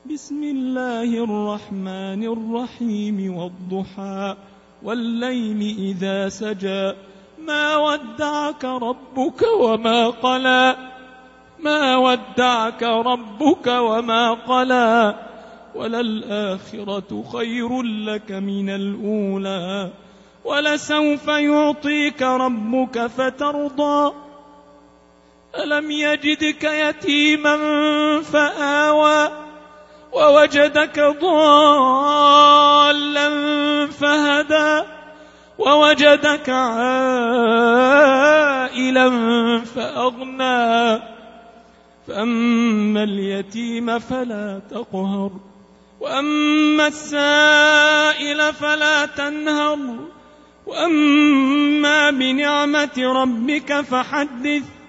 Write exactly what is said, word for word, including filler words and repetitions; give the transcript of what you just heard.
بسم الله الرحمن الرحيم والضحى والليل إذا سجى ما ودعك ربك وما قلى ما ودعك ربك وما قلى وللآخرة خير لك من الأولى ولسوف يعطيك ربك فترضى ألم يجدك يتيما فآوى ووجدك ضالا فهدى ووجدك عائلا فأغنى فأما اليتيم فلا تقهر وأما السائل فلا تنهر وأما بنعمة ربك فحدث